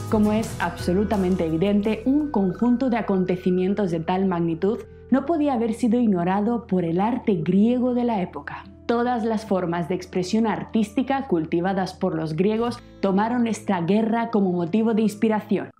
Como es absolutamente evidente, un conjunto de acontecimientos de tal magnitud no podía haber sido ignorado por el arte griego de la época. Todas las formas de expresión artística cultivadas por los griegos tomaron esta guerra como motivo de inspiración.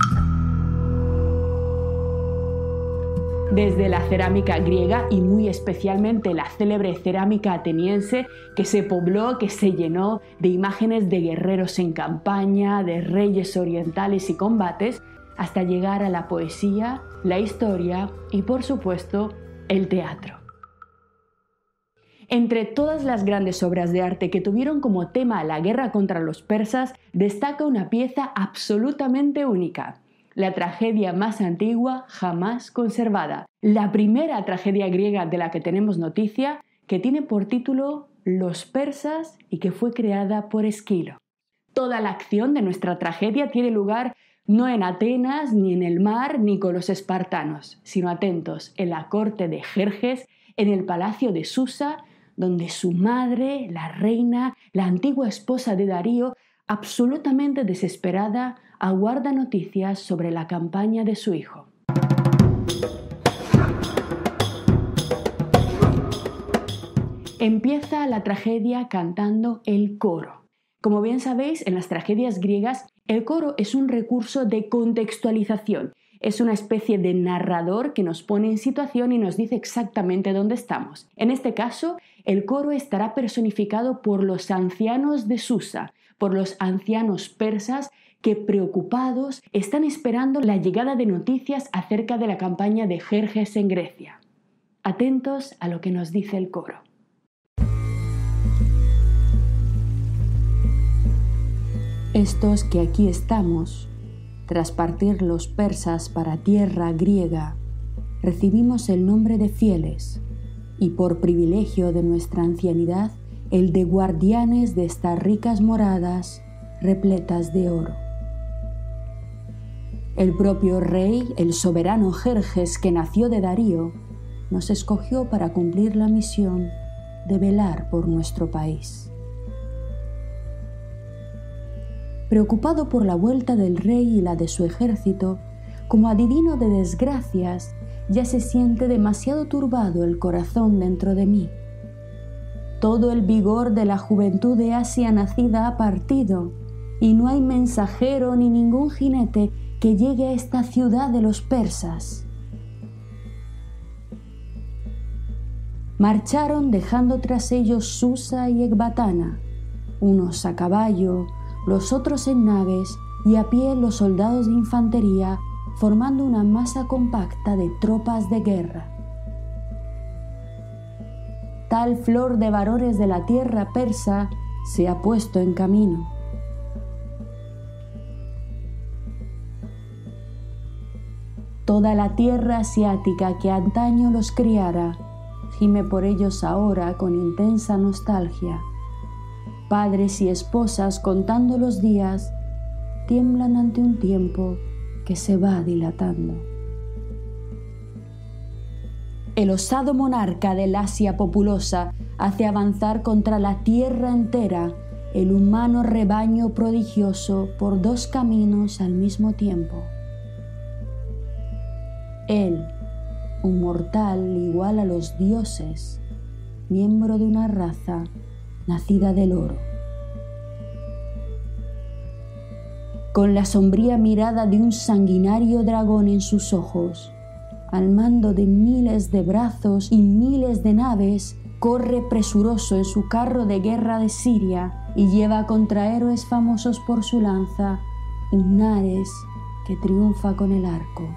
Desde la cerámica griega y muy especialmente la célebre cerámica ateniense, que se pobló, que se llenó de imágenes de guerreros en campaña, de reyes orientales y combates, hasta llegar a la poesía, la historia y, por supuesto, el teatro. Entre todas las grandes obras de arte que tuvieron como tema la guerra contra los persas, destaca una pieza absolutamente única: la tragedia más antigua jamás conservada, la primera tragedia griega de la que tenemos noticia, que tiene por título Los persas y que fue creada por Esquilo. Toda la acción de nuestra tragedia tiene lugar no en Atenas, ni en el mar, ni con los espartanos, sino atentos, en la corte de Jerjes, en el palacio de Susa, donde su madre, la reina, la antigua esposa de Darío, absolutamente desesperada, aguarda noticias sobre la campaña de su hijo. Empieza la tragedia cantando el coro. Como bien sabéis, en las tragedias griegas, el coro es un recurso de contextualización. Es una especie de narrador que nos pone en situación y nos dice exactamente dónde estamos. En este caso, el coro estará personificado por los ancianos de Susa, por los ancianos persas que, preocupados, están esperando la llegada de noticias acerca de la campaña de Jerjes en Grecia. Atentos a lo que nos dice el coro. Estos que aquí estamos, tras partir los persas para tierra griega, recibimos el nombre de fieles y por privilegio de nuestra ancianidad el de guardianes de estas ricas moradas repletas de oro. El propio rey, el soberano Jerjes, que nació de Darío, nos escogió para cumplir la misión de velar por nuestro país. Preocupado por la vuelta del rey y la de su ejército, como adivino de desgracias, ya se siente demasiado turbado el corazón dentro de mí. Todo el vigor de la juventud de Asia nacida ha partido, y no hay mensajero ni ningún jinete que llegue a esta ciudad de los persas. Marcharon dejando tras ellos Susa y Ecbatana, unos a caballo, los otros en naves y a pie los soldados de infantería, formando una masa compacta de tropas de guerra. Tal flor de varones de la tierra persa se ha puesto en camino. Toda la tierra asiática que antaño los criara, gime por ellos ahora con intensa nostalgia. Padres y esposas, contando los días, tiemblan ante un tiempo que se va dilatando. El osado monarca del Asia populosa hace avanzar contra la tierra entera el humano rebaño prodigioso por dos caminos al mismo tiempo. Él, un mortal igual a los dioses, miembro de una raza nacida del oro. Con la sombría mirada de un sanguinario dragón en sus ojos, al mando de miles de brazos y miles de naves, corre presuroso en su carro de guerra de Siria y lleva contra héroes famosos por su lanza un Ares que triunfa con el arco.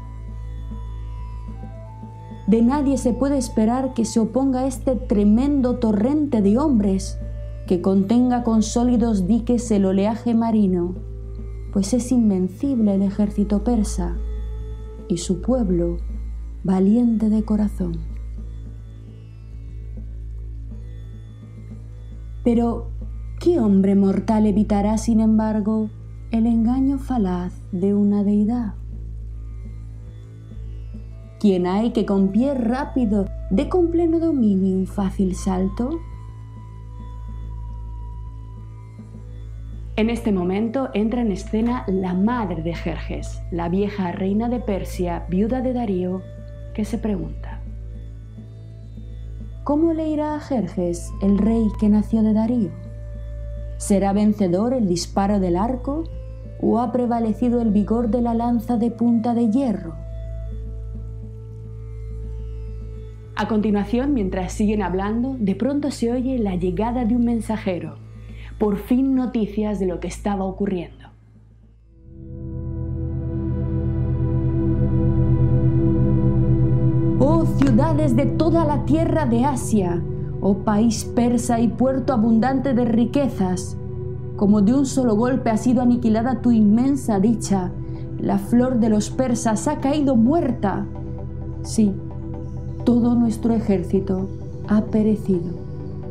De nadie se puede esperar que se oponga a este tremendo torrente de hombres, que contenga con sólidos diques el oleaje marino, pues es invencible el ejército persa y su pueblo valiente de corazón. Pero, ¿qué hombre mortal evitará, sin embargo, el engaño falaz de una deidad? ¿Quién hay que con pie rápido dé con pleno dominio un fácil salto? En este momento entra en escena la madre de Jerjes, la vieja reina de Persia, viuda de Darío, que se pregunta: ¿cómo le irá a Jerjes, el rey que nació de Darío? ¿Será vencedor el disparo del arco o ha prevalecido el vigor de la lanza de punta de hierro? A continuación, mientras siguen hablando, de pronto se oye la llegada de un mensajero. Por fin noticias de lo que estaba ocurriendo. ¡Oh ciudades de toda la tierra de Asia! ¡Oh país persa y puerto abundante de riquezas! Como de un solo golpe ha sido aniquilada tu inmensa dicha. La flor de los persas ha caído muerta. Sí, todo nuestro ejército ha perecido.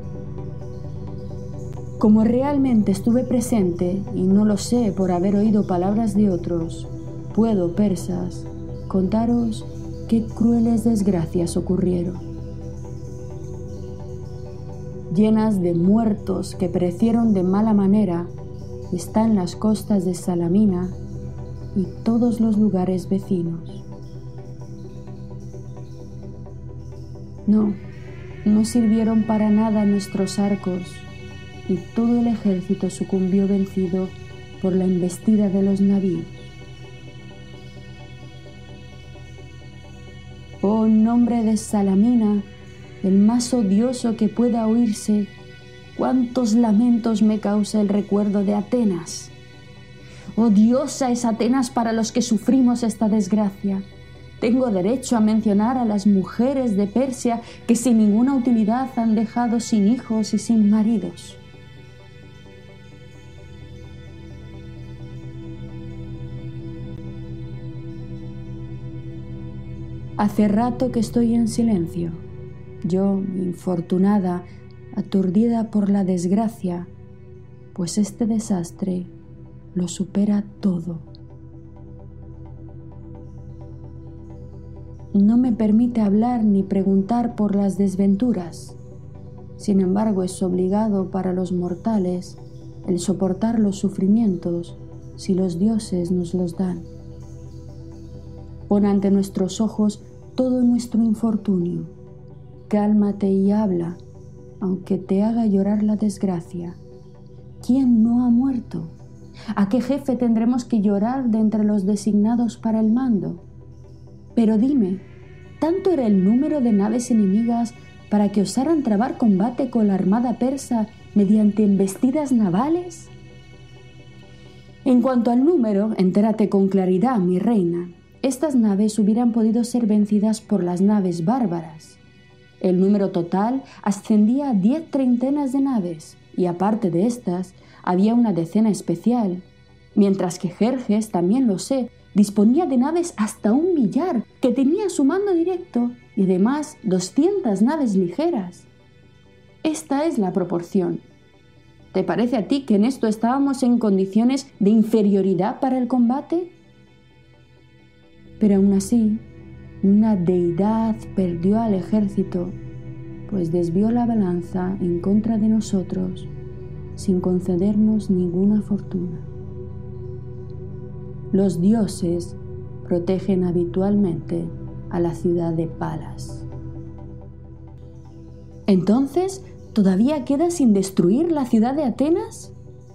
Como realmente estuve presente, y no lo sé por haber oído palabras de otros, puedo, persas, contaros qué crueles desgracias ocurrieron. Llenas de muertos que perecieron de mala manera, están las costas de Salamina y todos los lugares vecinos. No sirvieron para nada nuestros arcos, y todo el ejército sucumbió vencido por la embestida de los navíos. Oh nombre de Salamina, el más odioso que pueda oírse, cuántos lamentos me causa el recuerdo de Atenas. Odiosa es Atenas para los que sufrimos esta desgracia. Tengo derecho a mencionar a las mujeres de Persia que sin ninguna utilidad han dejado sin hijos y sin maridos. Hace rato que estoy en silencio, yo, infortunada, aturdida por la desgracia, pues este desastre lo supera todo. No me permite hablar ni preguntar por las desventuras. Sin embargo, es obligado para los mortales el soportar los sufrimientos si los dioses nos los dan. Pon ante nuestros ojos todo nuestro infortunio. Cálmate y habla, aunque te haga llorar la desgracia. ¿Quién no ha muerto? ¿A qué jefe tendremos que llorar de entre los designados para el mando? Pero dime, ¿tanto era el número de naves enemigas para que osaran trabar combate con la armada persa mediante embestidas navales? En cuanto al número, entérate con claridad, mi reina. Estas naves hubieran podido ser vencidas por las naves bárbaras. El número total ascendía a 10 treintenas de naves, y aparte de estas, había una decena especial, mientras que Jerjes, también lo sé, disponía de naves hasta 1 millar, que tenía su mando directo, y además 200 naves ligeras. Esta es la proporción. ¿Te parece a ti que en esto estábamos en condiciones de inferioridad para el combate? Pero aún así, una deidad perdió al ejército, pues desvió la balanza en contra de nosotros, sin concedernos ninguna fortuna. Los dioses protegen habitualmente a la ciudad de Palas. Entonces, ¿todavía queda sin destruir la ciudad de Atenas?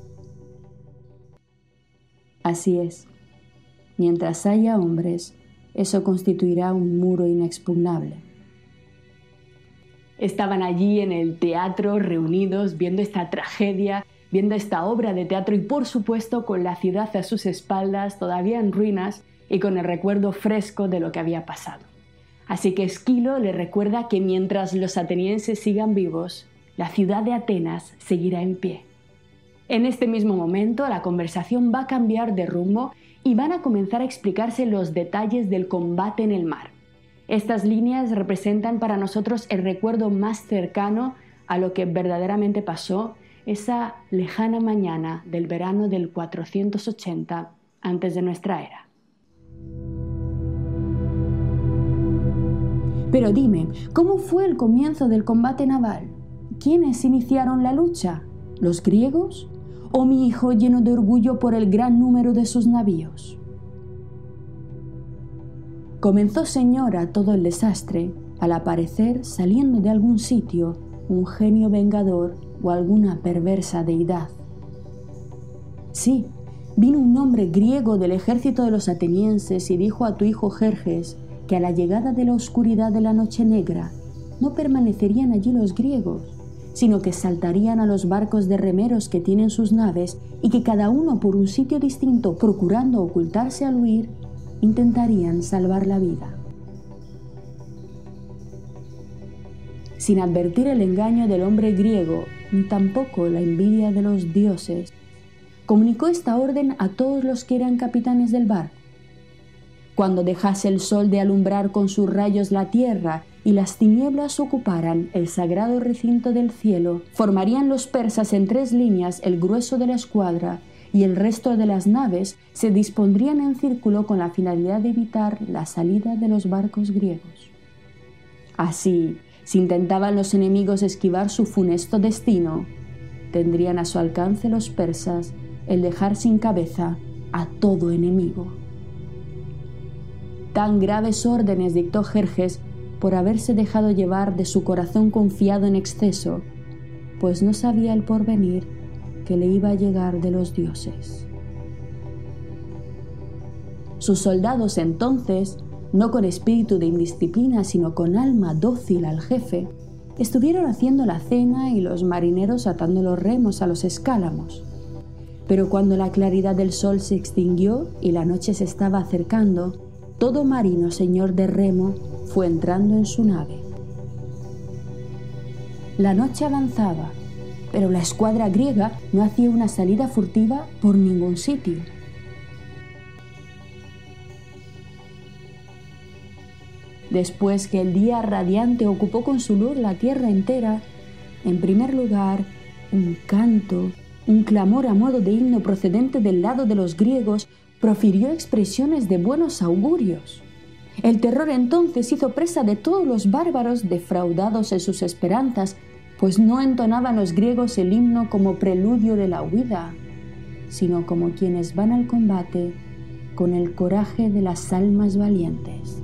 Así es. Mientras haya hombres, eso constituirá un muro inexpugnable. Estaban allí en el teatro reunidos viendo esta tragedia, viendo esta obra de teatro y por supuesto con la ciudad a sus espaldas, todavía en ruinas y con el recuerdo fresco de lo que había pasado. Así que Esquilo le recuerda que mientras los atenienses sigan vivos, la ciudad de Atenas seguirá en pie. En este mismo momento la conversación va a cambiar de rumbo y van a comenzar a explicarse los detalles del combate en el mar. Estas líneas representan para nosotros el recuerdo más cercano a lo que verdaderamente pasó esa lejana mañana del verano del 480 antes de nuestra era. Pero dime, ¿cómo fue el comienzo del combate naval? ¿Quiénes iniciaron la lucha? ¿Los griegos? oh mi hijo lleno de orgullo por el gran número de sus navíos. Comenzó, señora, todo el desastre al aparecer, saliendo de algún sitio, un genio vengador o alguna perversa deidad. Sí, vino un hombre griego del ejército de los atenienses y dijo a tu hijo Jerjes que a la llegada de la oscuridad de la noche negra no permanecerían allí los griegos, sino que saltarían a los barcos de remeros que tienen sus naves y que cada uno por un sitio distinto, procurando ocultarse al huir, intentarían salvar la vida. Sin advertir el engaño del hombre griego, ni tampoco la envidia de los dioses, comunicó esta orden a todos los que eran capitanes del barco. Cuando dejase el sol de alumbrar con sus rayos la tierra y las tinieblas ocuparan el sagrado recinto del cielo, formarían los persas en 3 líneas el grueso de la escuadra y el resto de las naves se dispondrían en círculo con la finalidad de evitar la salida de los barcos griegos. Así, si intentaban los enemigos esquivar su funesto destino, tendrían a su alcance los persas el dejar sin cabeza a todo enemigo. Tan graves órdenes dictó Jerjes por haberse dejado llevar de su corazón confiado en exceso, pues no sabía el porvenir que le iba a llegar de los dioses. Sus soldados entonces, no con espíritu de indisciplina, sino con alma dócil al jefe, estuvieron haciendo la cena y los marineros atando los remos a los escálamos. Pero cuando la claridad del sol se extinguió y la noche se estaba acercando, todo marino señor de remo fue entrando en su nave. La noche avanzaba, pero la escuadra griega no hacía una salida furtiva por ningún sitio. Después que el día radiante ocupó con su luz la tierra entera, en primer lugar, un canto, un clamor a modo de himno procedente del lado de los griegos profirió expresiones de buenos augurios. El terror entonces hizo presa de todos los bárbaros defraudados en sus esperanzas, pues no entonaban los griegos el himno como preludio de la huida, sino como quienes van al combate con el coraje de las almas valientes.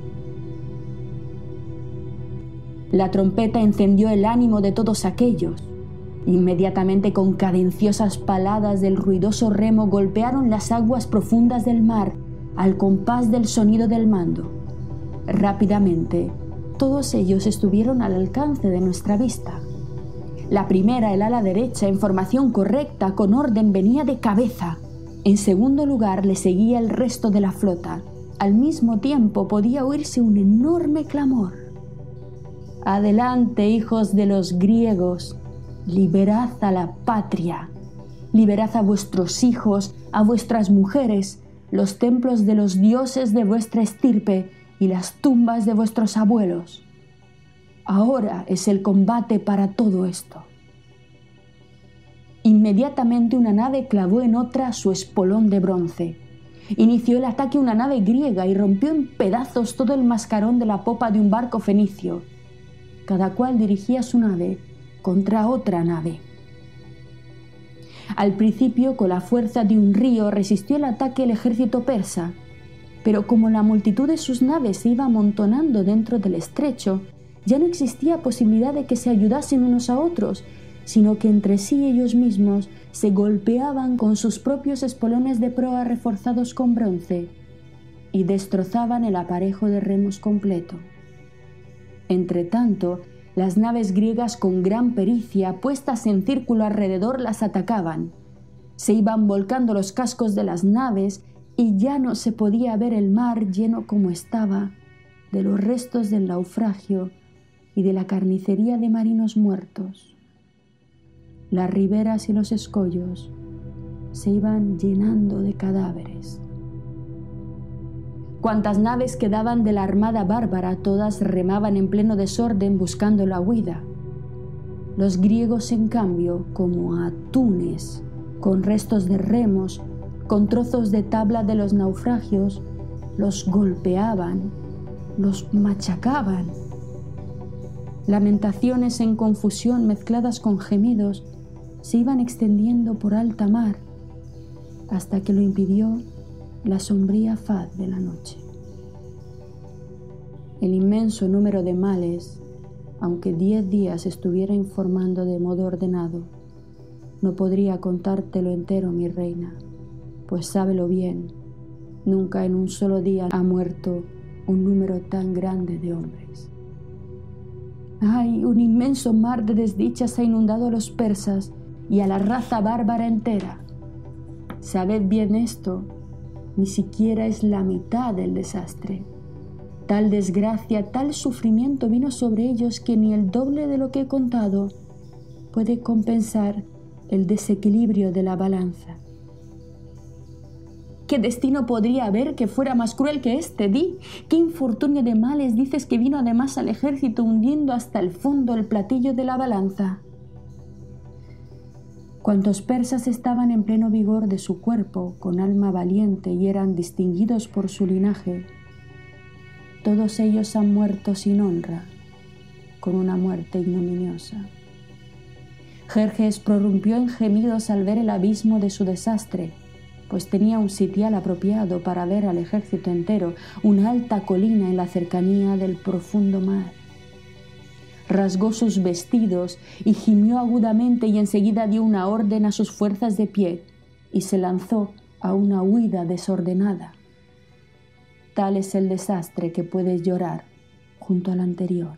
La trompeta encendió el ánimo de todos aquellos. Inmediatamente, con cadenciosas paladas del ruidoso remo, golpearon las aguas profundas del mar al compás del sonido del mando. Rápidamente, todos ellos estuvieron al alcance de nuestra vista. La primera, el ala derecha, en formación correcta, con orden, venía de cabeza. En segundo lugar, le seguía el resto de la flota. Al mismo tiempo podía oírse un enorme clamor. Adelante, hijos de los griegos, liberad a la patria, liberad a vuestros hijos, a vuestras mujeres, los templos de los dioses de vuestra estirpe y las tumbas de vuestros abuelos. Ahora es el combate para todo esto. Inmediatamente una nave clavó en otra su espolón de bronce. Inició el ataque una nave griega y rompió en pedazos todo el mascarón de la popa de un barco fenicio. Cada cual dirigía su nave contra otra nave. Al principio, con la fuerza de un río, resistió el ataque el ejército persa, pero como la multitud de sus naves se iba amontonando dentro del estrecho, ya no existía posibilidad de que se ayudasen unos a otros, sino que entre sí ellos mismos se golpeaban con sus propios espolones de proa reforzados con bronce y destrozaban el aparejo de remos completo. Entretanto, las naves griegas con gran pericia, puestas en círculo alrededor, las atacaban. Se iban volcando los cascos de las naves y ya no se podía ver el mar lleno como estaba de los restos del naufragio y de la carnicería de marinos muertos. Las riberas y los escollos se iban llenando de cadáveres. Cuantas naves quedaban de la armada bárbara, todas remaban en pleno desorden buscando la huida. Los griegos, en cambio, como atunes, con restos de remos, con trozos de tabla de los naufragios, los golpeaban, los machacaban. Lamentaciones en confusión mezcladas con gemidos se iban extendiendo por alta mar, hasta que lo impidió la sombría faz de la noche. El inmenso número de males, aunque 10 días estuviera informando de modo ordenado, no podría contártelo entero, mi reina, pues sábelo bien, nunca en un solo día ha muerto un número tan grande de hombres. ¡Ay! Un inmenso mar de desdichas ha inundado a los persas y a la raza bárbara entera. Sabed bien esto, ni siquiera es la mitad del desastre. Tal desgracia, tal sufrimiento vino sobre ellos que ni el doble de lo que he contado puede compensar el desequilibrio de la balanza. ¿Qué destino podría haber que fuera más cruel que este? Di, ¿qué infortunio de males dices que vino además al ejército hundiendo hasta el fondo el platillo de la balanza? Cuantos persas estaban en pleno vigor de su cuerpo, con alma valiente y eran distinguidos por su linaje, todos ellos han muerto sin honra, con una muerte ignominiosa. Jerjes prorrumpió en gemidos al ver el abismo de su desastre, pues tenía un sitial apropiado para ver al ejército entero, una alta colina en la cercanía del profundo mar. Rasgó sus vestidos y gimió agudamente y enseguida dio una orden a sus fuerzas de pie y se lanzó a una huida desordenada. Tal es el desastre que puedes llorar junto al anterior.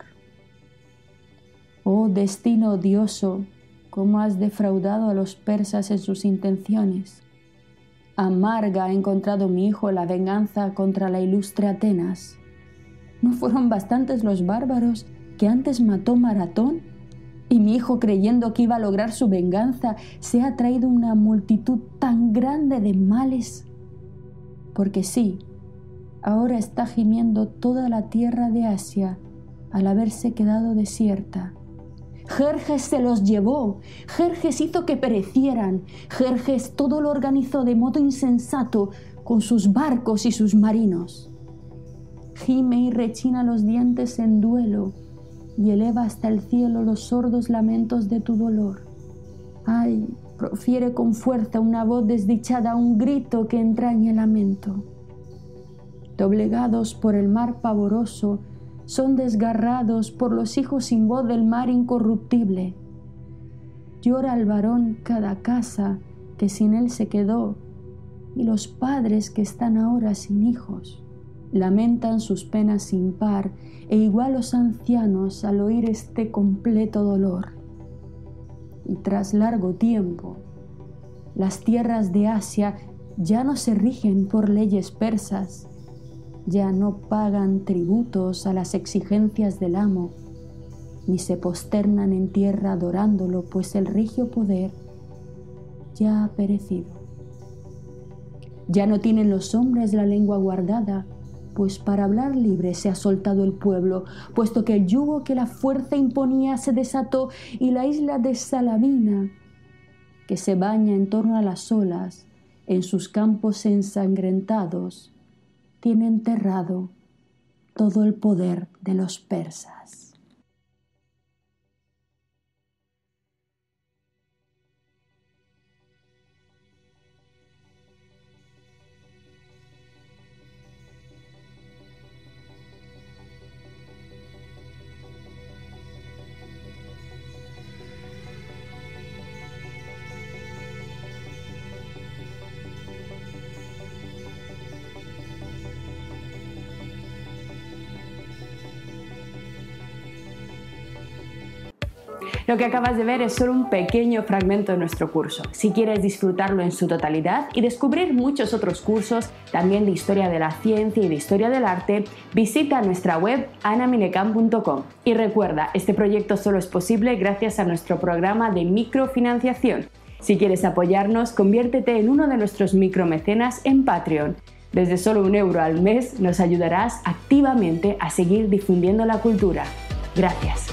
Oh destino odioso, cómo has defraudado a los persas en sus intenciones. Amarga ha encontrado mi hijo la venganza contra la ilustre Atenas. ¿No fueron bastantes los bárbaros que antes mató Maratón? Y mi hijo, creyendo que iba a lograr su venganza, se ha traído una multitud tan grande de males. Porque sí, ahora está gimiendo toda la tierra de Asia al haberse quedado desierta. Jerjes se los llevó, Jerjes hizo que perecieran, Jerjes todo lo organizó de modo insensato con sus barcos y sus marinos. Gime y rechina los dientes en duelo y eleva hasta el cielo los sordos lamentos de tu dolor. Ay, profiere con fuerza una voz desdichada, un grito que entraña lamento. Doblegados por el mar pavoroso, son desgarrados por los hijos sin voz del mar incorruptible. Llora al varón cada casa que sin él se quedó, y los padres que están ahora sin hijos. Lamentan sus penas sin par, e igual los ancianos al oír este completo dolor. Y tras largo tiempo, las tierras de Asia ya no se rigen por leyes persas, ya no pagan tributos a las exigencias del amo, ni se posternan en tierra adorándolo, pues el regio poder ya ha perecido. Ya no tienen los hombres la lengua guardada, pues para hablar libre se ha soltado el pueblo, puesto que el yugo que la fuerza imponía se desató y la isla de Salamina, que se baña en torno a las olas, en sus campos ensangrentados, tiene enterrado todo el poder de los persas. Lo que acabas de ver es solo un pequeño fragmento de nuestro curso. Si quieres disfrutarlo en su totalidad y descubrir muchos otros cursos, también de historia de la ciencia y de historia del arte, visita nuestra web anaminecan.com. Y recuerda, este proyecto solo es posible gracias a nuestro programa de microfinanciación. Si quieres apoyarnos, conviértete en uno de nuestros micromecenas en Patreon. Desde solo €1 al mes nos ayudarás activamente a seguir difundiendo la cultura. Gracias.